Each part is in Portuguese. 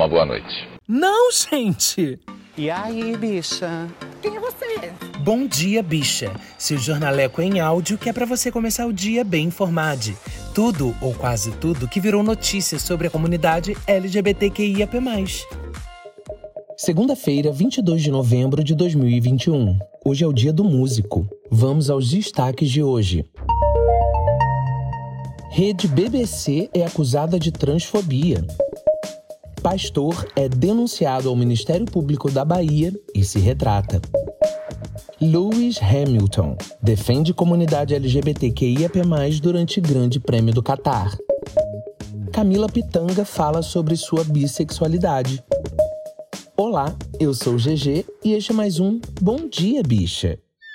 uma boa noite. Não, gente! E aí, bicha? Quem é você? Bom dia, bicha. Seu jornaleco em áudio que é pra você começar o dia bem informado. Tudo, ou quase tudo, que virou notícia sobre a comunidade LGBTQIAP+. Segunda-feira, 22 de novembro de 2021. Hoje é o dia do músico. Vamos aos destaques de hoje. Rede BBC é acusada de transfobia. Pastor é denunciado ao Ministério Público da Bahia e se retrata. Lewis Hamilton defende comunidade LGBTQIAP+, durante Grande Prêmio do Catar. Camila Pitanga fala sobre sua bissexualidade. Olá, eu sou o GG e este é mais um Bom Dia, Bicha.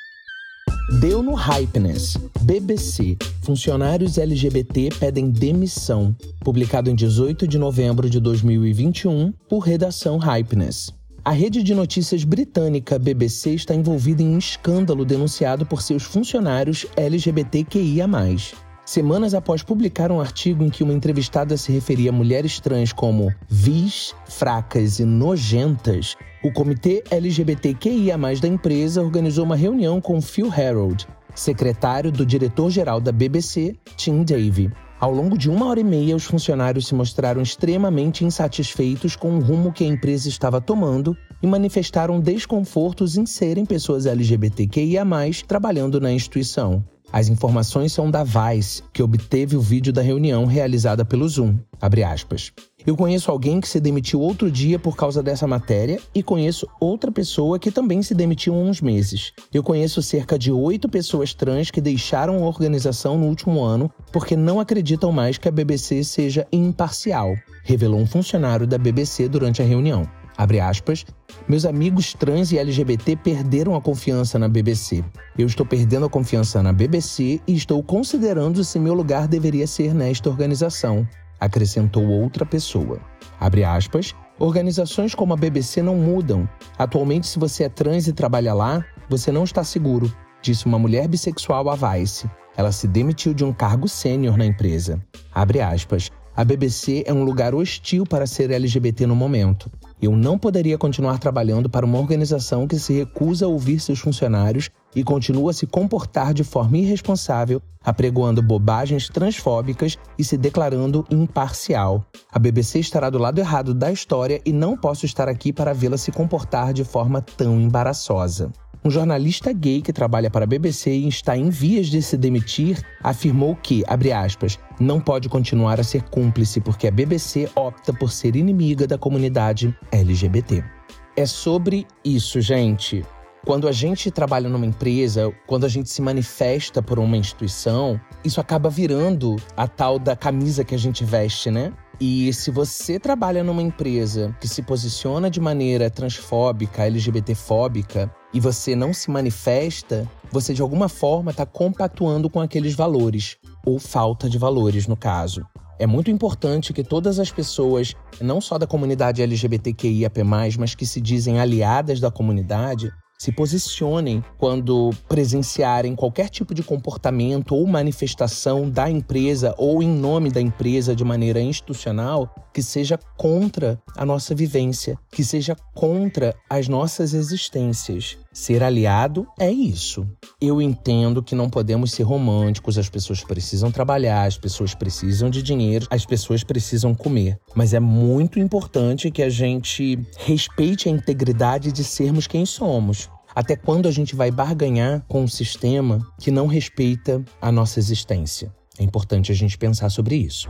Deu no Hypeness. BBC. Funcionários LGBT pedem demissão. Publicado em 18 de novembro de 2021 por redação Hypeness. A rede de notícias britânica BBC está envolvida em um escândalo denunciado por seus funcionários LGBTQIA+. Semanas após publicar um artigo em que uma entrevistada se referia a mulheres trans como vis, fracas e nojentas, o comitê LGBTQIA+, da empresa organizou uma reunião com Phil Harold, secretário do diretor-geral da BBC, Tim Davie. Ao longo de 1h30, os funcionários se mostraram extremamente insatisfeitos com o rumo que a empresa estava tomando e manifestaram desconfortos em serem pessoas LGBTQIA+, trabalhando na instituição. As informações são da Vice, que obteve o vídeo da reunião realizada pelo Zoom. Abre aspas. Eu conheço alguém que se demitiu outro dia por causa dessa matéria e conheço outra pessoa que também se demitiu há uns meses. Eu conheço cerca de 8 pessoas trans que deixaram a organização no último ano porque não acreditam mais que a BBC seja imparcial, revelou um funcionário da BBC durante a reunião. Abre aspas, meus amigos trans e LGBT perderam a confiança na BBC. Eu estou perdendo a confiança na BBC e estou considerando se meu lugar deveria ser nesta organização, acrescentou outra pessoa. Abre aspas, organizações como a BBC não mudam. Atualmente, se você é trans e trabalha lá, você não está seguro, disse uma mulher bissexual à Vice. Ela se demitiu de um cargo sênior na empresa. Abre aspas, a BBC é um lugar hostil para ser LGBT no momento. Eu não poderia continuar trabalhando para uma organização que se recusa a ouvir seus funcionários e continua a se comportar de forma irresponsável, apregoando bobagens transfóbicas e se declarando imparcial. A BBC estará do lado errado da história e não posso estar aqui para vê-la se comportar de forma tão embaraçosa. Um jornalista gay que trabalha para a BBC e está em vias de se demitir afirmou que, abre aspas, não pode continuar a ser cúmplice porque a BBC opta por ser inimiga da comunidade LGBT. É sobre isso, gente. Quando a gente trabalha numa empresa, quando a gente se manifesta por uma instituição, isso acaba virando a tal da camisa que a gente veste, né? E se você trabalha numa empresa que se posiciona de maneira transfóbica, LGBTfóbica, e você não se manifesta, você de alguma forma está compactuando com aqueles valores, ou falta de valores, no caso. É muito importante que todas as pessoas, não só da comunidade LGBTQIAP+, mas que se dizem aliadas da comunidade, se posicionem quando presenciarem qualquer tipo de comportamento ou manifestação da empresa ou em nome da empresa de maneira institucional que seja contra a nossa vivência, que seja contra as nossas existências. Ser aliado é isso. Eu entendo que não podemos ser românticos, as pessoas precisam trabalhar, as pessoas precisam de dinheiro, as pessoas precisam comer. Mas é muito importante que a gente respeite a integridade de sermos quem somos. Até quando a gente vai barganhar com um sistema que não respeita a nossa existência? É importante a gente pensar sobre isso.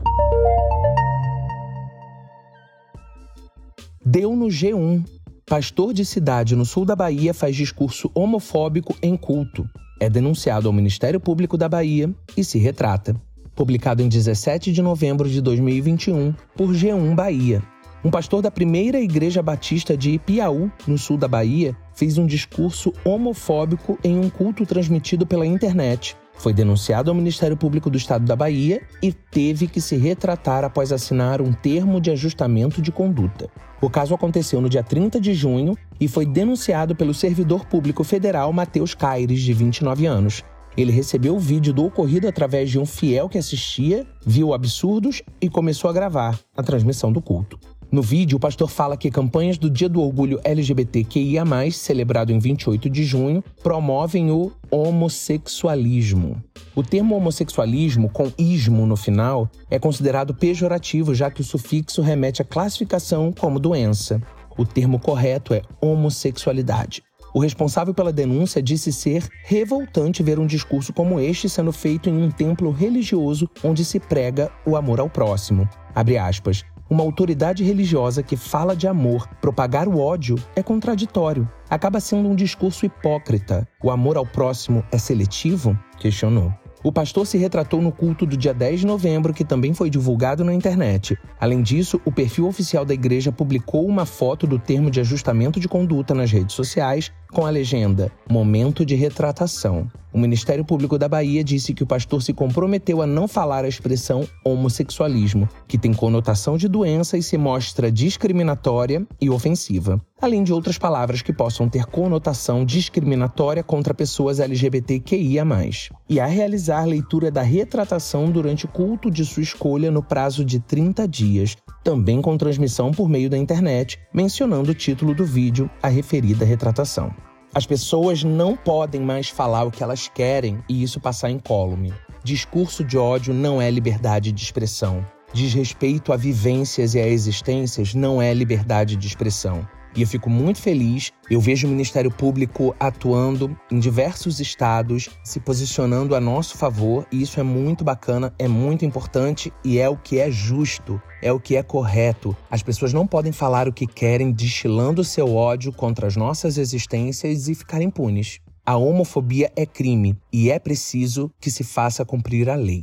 Deu no G1. Pastor de cidade no sul da Bahia faz discurso homofóbico em culto. É denunciado ao Ministério Público da Bahia e se retrata. Publicado em 17 de novembro de 2021 por G1 Bahia. Um pastor da primeira igreja batista de Ipiaú, no sul da Bahia, fez um discurso homofóbico em um culto transmitido pela internet. Foi denunciado ao Ministério Público do Estado da Bahia e teve que se retratar após assinar um termo de ajustamento de conduta. O caso aconteceu no dia 30 de junho e foi denunciado pelo servidor público federal Matheus Caires, de 29 anos. Ele recebeu o vídeo do ocorrido através de um fiel que assistia, viu absurdos e começou a gravar a transmissão do culto. No vídeo, o pastor fala que campanhas do Dia do Orgulho LGBTQIA+, celebrado em 28 de junho, promovem o homossexualismo. O termo homossexualismo, com ismo no final, é considerado pejorativo, já que o sufixo remete à classificação como doença. O termo correto é homossexualidade. O responsável pela denúncia disse ser revoltante ver um discurso como este sendo feito em um templo religioso onde se prega o amor ao próximo. Abre aspas. Uma autoridade religiosa que fala de amor, propagar o ódio é contraditório. Acaba sendo um discurso hipócrita. O amor ao próximo é seletivo? Questionou. O pastor se retratou no culto do dia 10 de novembro, que também foi divulgado na internet. Além disso, o perfil oficial da igreja publicou uma foto do termo de ajustamento de conduta nas redes sociais, com a legenda "Momento de retratação". O Ministério Público da Bahia disse que o pastor se comprometeu a não falar a expressão homossexualismo, que tem conotação de doença e se mostra discriminatória e ofensiva, além de outras palavras que possam ter conotação discriminatória contra pessoas LGBTQIA+, e a realizar leitura da retratação durante o culto de sua escolha no prazo de 30 dias, também com transmissão por meio da internet, mencionando o título do vídeo, a referida retratação. As pessoas não podem mais falar o que elas querem e isso passar incólume. Discurso de ódio não é liberdade de expressão. Desrespeito a vivências e a existências não é liberdade de expressão. E eu fico muito feliz, eu vejo o Ministério Público atuando em diversos estados, se posicionando a nosso favor, e isso é muito bacana, é muito importante e é o que é justo, é o que é correto. As pessoas não podem falar o que querem, destilando seu ódio contra as nossas existências e ficar impunes. A homofobia é crime e é preciso que se faça cumprir a lei.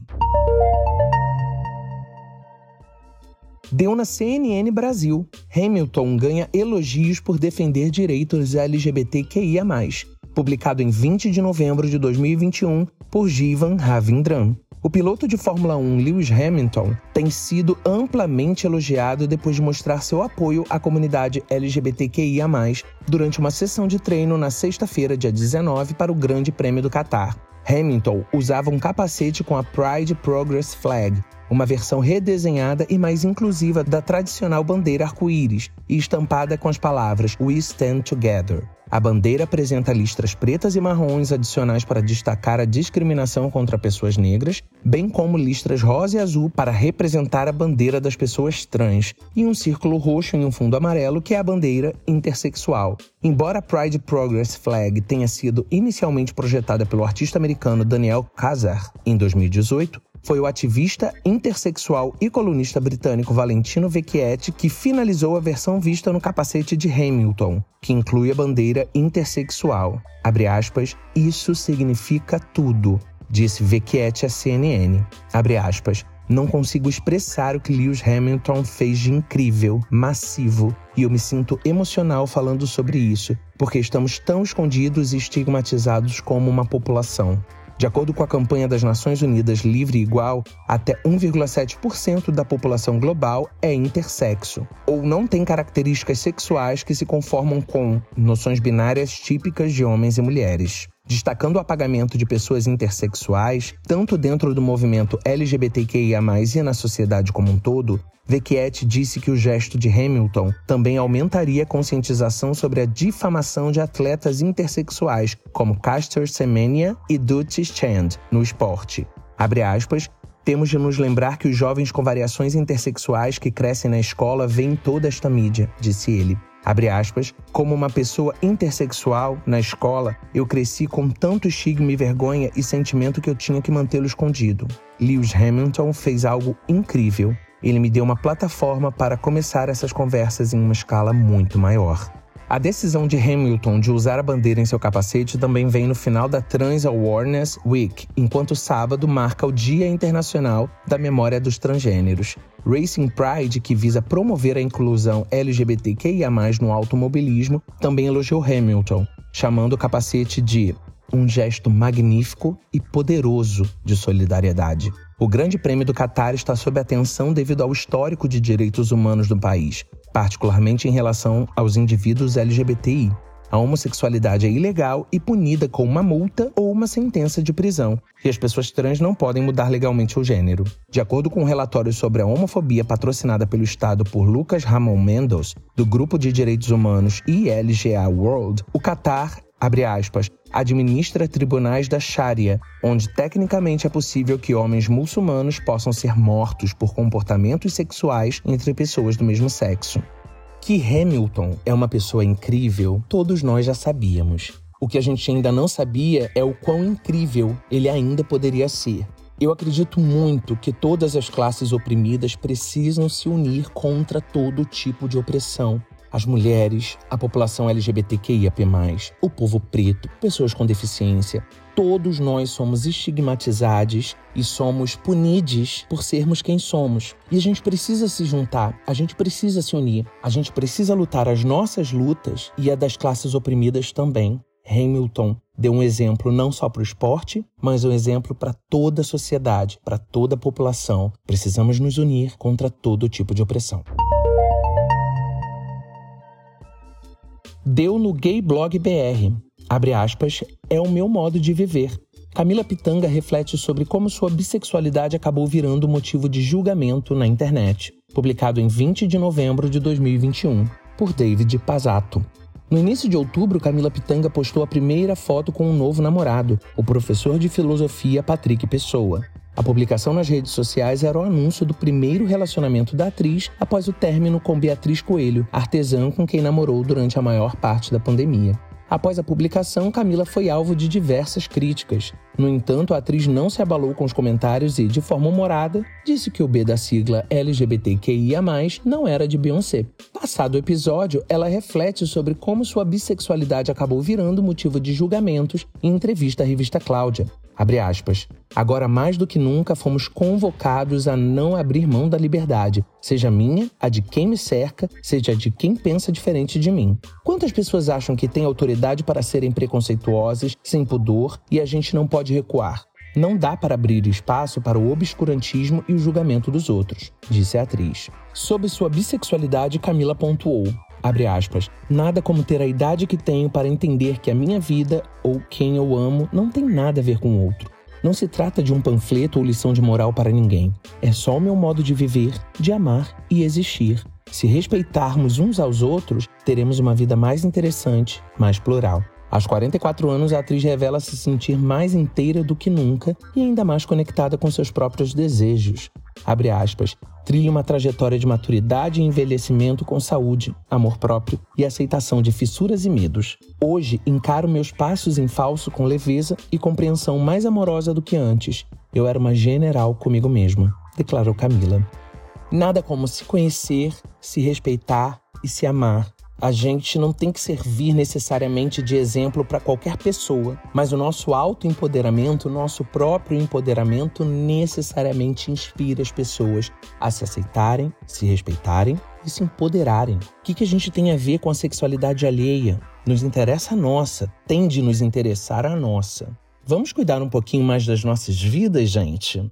Deu na CNN Brasil. Hamilton ganha elogios por defender direitos LGBTQIA+. Publicado em 20 de novembro de 2021 por Jivan Ravindran. O piloto de Fórmula 1 Lewis Hamilton tem sido amplamente elogiado depois de mostrar seu apoio à comunidade LGBTQIA+, durante uma sessão de treino na sexta-feira, dia 19, para o Grande Prêmio do Catar. Hamilton usava um capacete com a Pride Progress Flag, uma versão redesenhada e mais inclusiva da tradicional bandeira arco-íris e estampada com as palavras "We Stand Together". A bandeira apresenta listras pretas e marrons adicionais para destacar a discriminação contra pessoas negras, bem como listras rosa e azul para representar a bandeira das pessoas trans, e um círculo roxo em um fundo amarelo que é a bandeira intersexual. Embora a Pride Progress Flag tenha sido inicialmente projetada pelo artista americano Daniel Caesar em 2018, foi o ativista intersexual e colunista britânico Valentino Vecchietti que finalizou a versão vista no capacete de Hamilton, que inclui a bandeira intersexual. Abre aspas, "Isso significa tudo", disse Vecchietti à CNN. Abre aspas, "Não consigo expressar o que Lewis Hamilton fez de incrível, massivo, e eu me sinto emocional falando sobre isso, porque estamos tão escondidos e estigmatizados como uma população." De acordo com a campanha das Nações Unidas Livre e Igual, até 1,7% da população global é intersexo, ou não tem características sexuais que se conformam com noções binárias típicas de homens e mulheres. Destacando o apagamento de pessoas intersexuais, tanto dentro do movimento LGBTQIA+, e na sociedade como um todo, Vecchietti disse que o gesto de Hamilton também aumentaria a conscientização sobre a difamação de atletas intersexuais, como Caster Semenya e Dutty Chand, no esporte. Abre aspas, "Temos de nos lembrar que os jovens com variações intersexuais que crescem na escola veem toda esta mídia", disse ele. Abre aspas, "Como uma pessoa intersexual, na escola, eu cresci com tanto estigma e vergonha e sentimento que eu tinha que mantê-lo escondido. Lewis Hamilton fez algo incrível. Ele me deu uma plataforma para começar essas conversas em uma escala muito maior." A decisão de Hamilton de usar a bandeira em seu capacete também vem no final da Trans Awareness Week, enquanto sábado marca o Dia Internacional da Memória dos Transgêneros. Racing Pride, que visa promover a inclusão LGBTQIA+, no automobilismo, também elogiou Hamilton, chamando o capacete de "um gesto magnífico e poderoso de solidariedade." O Grande Prêmio do Catar está sob atenção devido ao histórico de direitos humanos do país, particularmente em relação aos indivíduos LGBTI. A homossexualidade é ilegal e punida com uma multa ou uma sentença de prisão. E as pessoas trans não podem mudar legalmente o gênero. De acordo com um relatório sobre a homofobia patrocinada pelo Estado por Lucas Ramon Mendes, do Grupo de Direitos Humanos ILGA World, o Catar, abre aspas, administra tribunais da Sharia, onde tecnicamente é possível que homens muçulmanos possam ser mortos por comportamentos sexuais entre pessoas do mesmo sexo. Que Hamilton é uma pessoa incrível, todos nós já sabíamos. O que a gente ainda não sabia é o quão incrível ele ainda poderia ser. Eu acredito muito que todas as classes oprimidas precisam se unir contra todo tipo de opressão. As mulheres, a população LGBTQIAP+, o povo preto, pessoas com deficiência. Todos nós somos estigmatizados e somos punidos por sermos quem somos. E a gente precisa se juntar, a gente precisa se unir, a gente precisa lutar as nossas lutas e a das classes oprimidas também. Hamilton deu um exemplo não só para o esporte, mas um exemplo para toda a sociedade, para toda a população. Precisamos nos unir contra todo tipo de opressão. Deu no Gay Blog BR. Abre aspas, é o meu modo de viver. Camila Pitanga reflete sobre como sua bissexualidade acabou virando motivo de julgamento na internet. Publicado em 20 de novembro de 2021, por David Pazzato. No início de outubro, Camila Pitanga postou a primeira foto com um novo namorado, o professor de filosofia Patrick Pessoa. A publicação nas redes sociais era o anúncio do primeiro relacionamento da atriz após o término com Beatriz Coelho, artesã com quem namorou durante a maior parte da pandemia. Após a publicação, Camila foi alvo de diversas críticas. No entanto, a atriz não se abalou com os comentários e, de forma humorada, disse que o B da sigla LGBTQIA+, não era de Beyoncé. Passado o episódio, ela reflete sobre como sua bissexualidade acabou virando motivo de julgamentos em entrevista à revista Cláudia. Abre aspas. Agora, mais do que nunca, fomos convocados a não abrir mão da liberdade, seja minha, a de quem me cerca, seja a de quem pensa diferente de mim. Quantas pessoas acham que têm autoridade para serem preconceituosas, sem pudor, e a gente não pode recuar? Não dá para abrir espaço para o obscurantismo e o julgamento dos outros, disse a atriz. Sobre sua bissexualidade, Camila pontuou. Abre aspas, nada como ter a idade que tenho para entender que a minha vida, ou quem eu amo, não tem nada a ver com o outro. Não se trata de um panfleto ou lição de moral para ninguém. É só o meu modo de viver, de amar e existir. Se respeitarmos uns aos outros, teremos uma vida mais interessante, mais plural. Aos 44 anos, a atriz revela se sentir mais inteira do que nunca e ainda mais conectada com seus próprios desejos. Abre aspas, trilha uma trajetória de maturidade e envelhecimento com saúde, amor próprio e aceitação de fissuras e medos. Hoje, encaro meus passos em falso com leveza e compreensão mais amorosa do que antes. Eu era uma general comigo mesma, declarou Camila. Nada como se conhecer, se respeitar e se amar. A gente não tem que servir necessariamente de exemplo para qualquer pessoa, mas o nosso autoempoderamento, o nosso próprio empoderamento necessariamente inspira as pessoas a se aceitarem, se respeitarem e se empoderarem. O que a gente tem a ver com a sexualidade alheia? Nos interessa a nossa, tem de nos interessar a nossa. Vamos cuidar um pouquinho mais das nossas vidas, gente?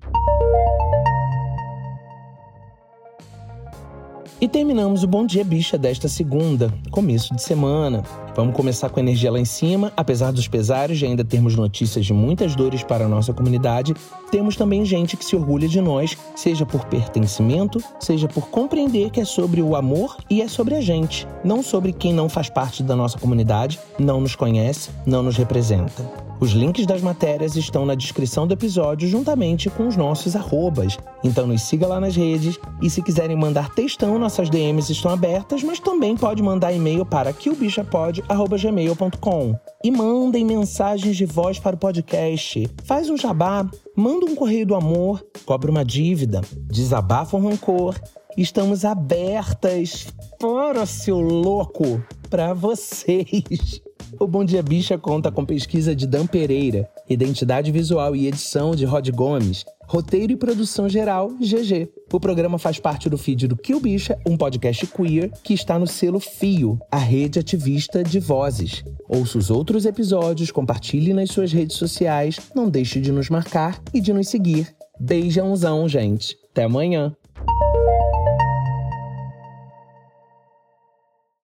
E terminamos o Bom Dia Bicha desta segunda, começo de semana. Vamos começar com a energia lá em cima. Apesar dos pesares de ainda termos notícias de muitas dores para a nossa comunidade, temos também gente que se orgulha de nós, seja por pertencimento, seja por compreender que é sobre o amor e é sobre a gente, não sobre quem não faz parte da nossa comunidade, não nos conhece, não nos representa. Os links das matérias estão na descrição do episódio juntamente com os nossos arrobas. Então nos siga lá nas redes e se quiserem mandar textão, nossas DMs estão abertas, mas também pode mandar e-mail para queobichapod@gmail.com. E mandem mensagens de voz para o podcast. Faz um jabá, manda um correio do amor, cobra uma dívida, desabafa um rancor. Estamos abertas, fora seu louco, para vocês. O Bom Dia Bicha conta com pesquisa de Dan Pereira, identidade visual e edição de Rod Gomes, roteiro e produção geral, GG. O programa faz parte do feed do Kill Bicha, um podcast queer que está no selo Fio, a rede ativista de vozes. Ouça os outros episódios, compartilhe nas suas redes sociais, não deixe de nos marcar e de nos seguir. Beijãozão, gente. Até amanhã.